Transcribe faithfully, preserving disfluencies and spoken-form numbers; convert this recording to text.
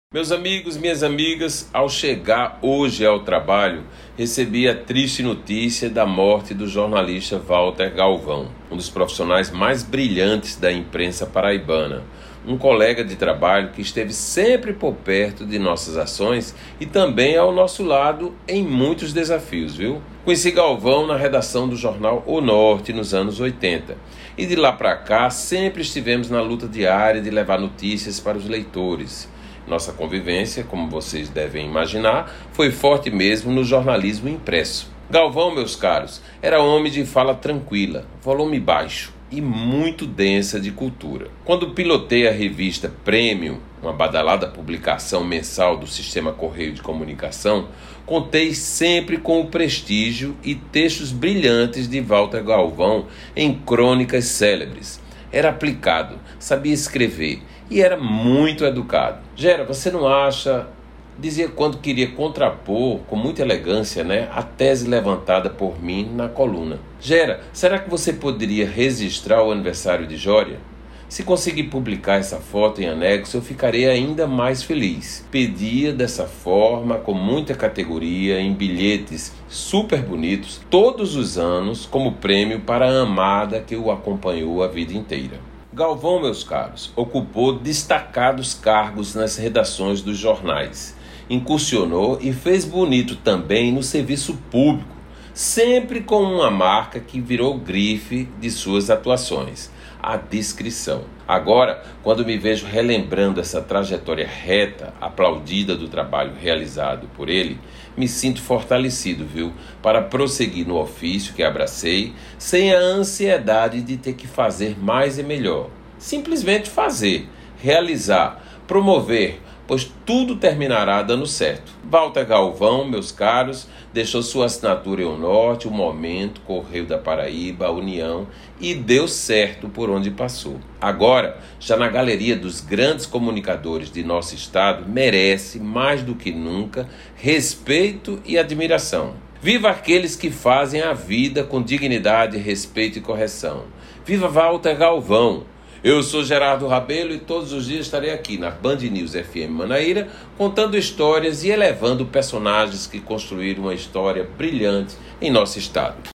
Meus amigos, minhas amigas, ao chegar hoje ao trabalho, recebi a triste notícia da morte do jornalista Walter Galvão, um dos profissionais mais brilhantes da imprensa paraibana, um colega de trabalho que esteve sempre por perto de nossas ações e também ao nosso lado em muitos desafios, viu? Conheci Galvão na redação do jornal O Norte nos anos oitenta e de lá para cá sempre estivemos na luta diária de levar notícias para os leitores. Nossa convivência, como vocês devem imaginar, foi forte mesmo no jornalismo impresso. Galvão, meus caros, era homem de fala tranquila, volume baixo e muito densa de cultura. Quando pilotei a revista Premium, uma badalada publicação mensal do Sistema Correio de Comunicação, contei sempre com o prestígio e textos brilhantes de Walter Galvão em crônicas célebres. Era aplicado, sabia escrever e era muito educado. Gera, você não acha? Dizia quando queria contrapor, com muita elegância, né, a tese levantada por mim na coluna. Gera, será que você poderia registrar o aniversário de Jória? Se conseguir publicar essa foto em anexo, eu ficarei ainda mais feliz. Pedia dessa forma, com muita categoria, em bilhetes super bonitos, todos os anos, como prêmio para a amada que o acompanhou a vida inteira. Galvão, meus caros, ocupou destacados cargos nas redações dos jornais. Incursionou e fez bonito também no serviço público, sempre com uma marca que virou grife de suas atuações: a discrição. Agora, quando me vejo relembrando essa trajetória reta, aplaudida do trabalho realizado por ele, me sinto fortalecido, viu, para prosseguir no ofício que abracei, sem a ansiedade de ter que fazer mais e melhor. Simplesmente fazer, realizar, promover, pois tudo terminará dando certo. Walter Galvão, meus caros, deixou sua assinatura em O Norte, O Momento, Correio da Paraíba, a União, e deu certo por onde passou. Agora, já na galeria dos grandes comunicadores de nosso estado, merece, mais do que nunca, respeito e admiração. Viva aqueles que fazem a vida com dignidade, respeito e correção. Viva Walter Galvão! Eu sou Gerardo Rabelo e todos os dias estarei aqui na Band News F M Manaíra contando histórias e elevando personagens que construíram uma história brilhante em nosso estado.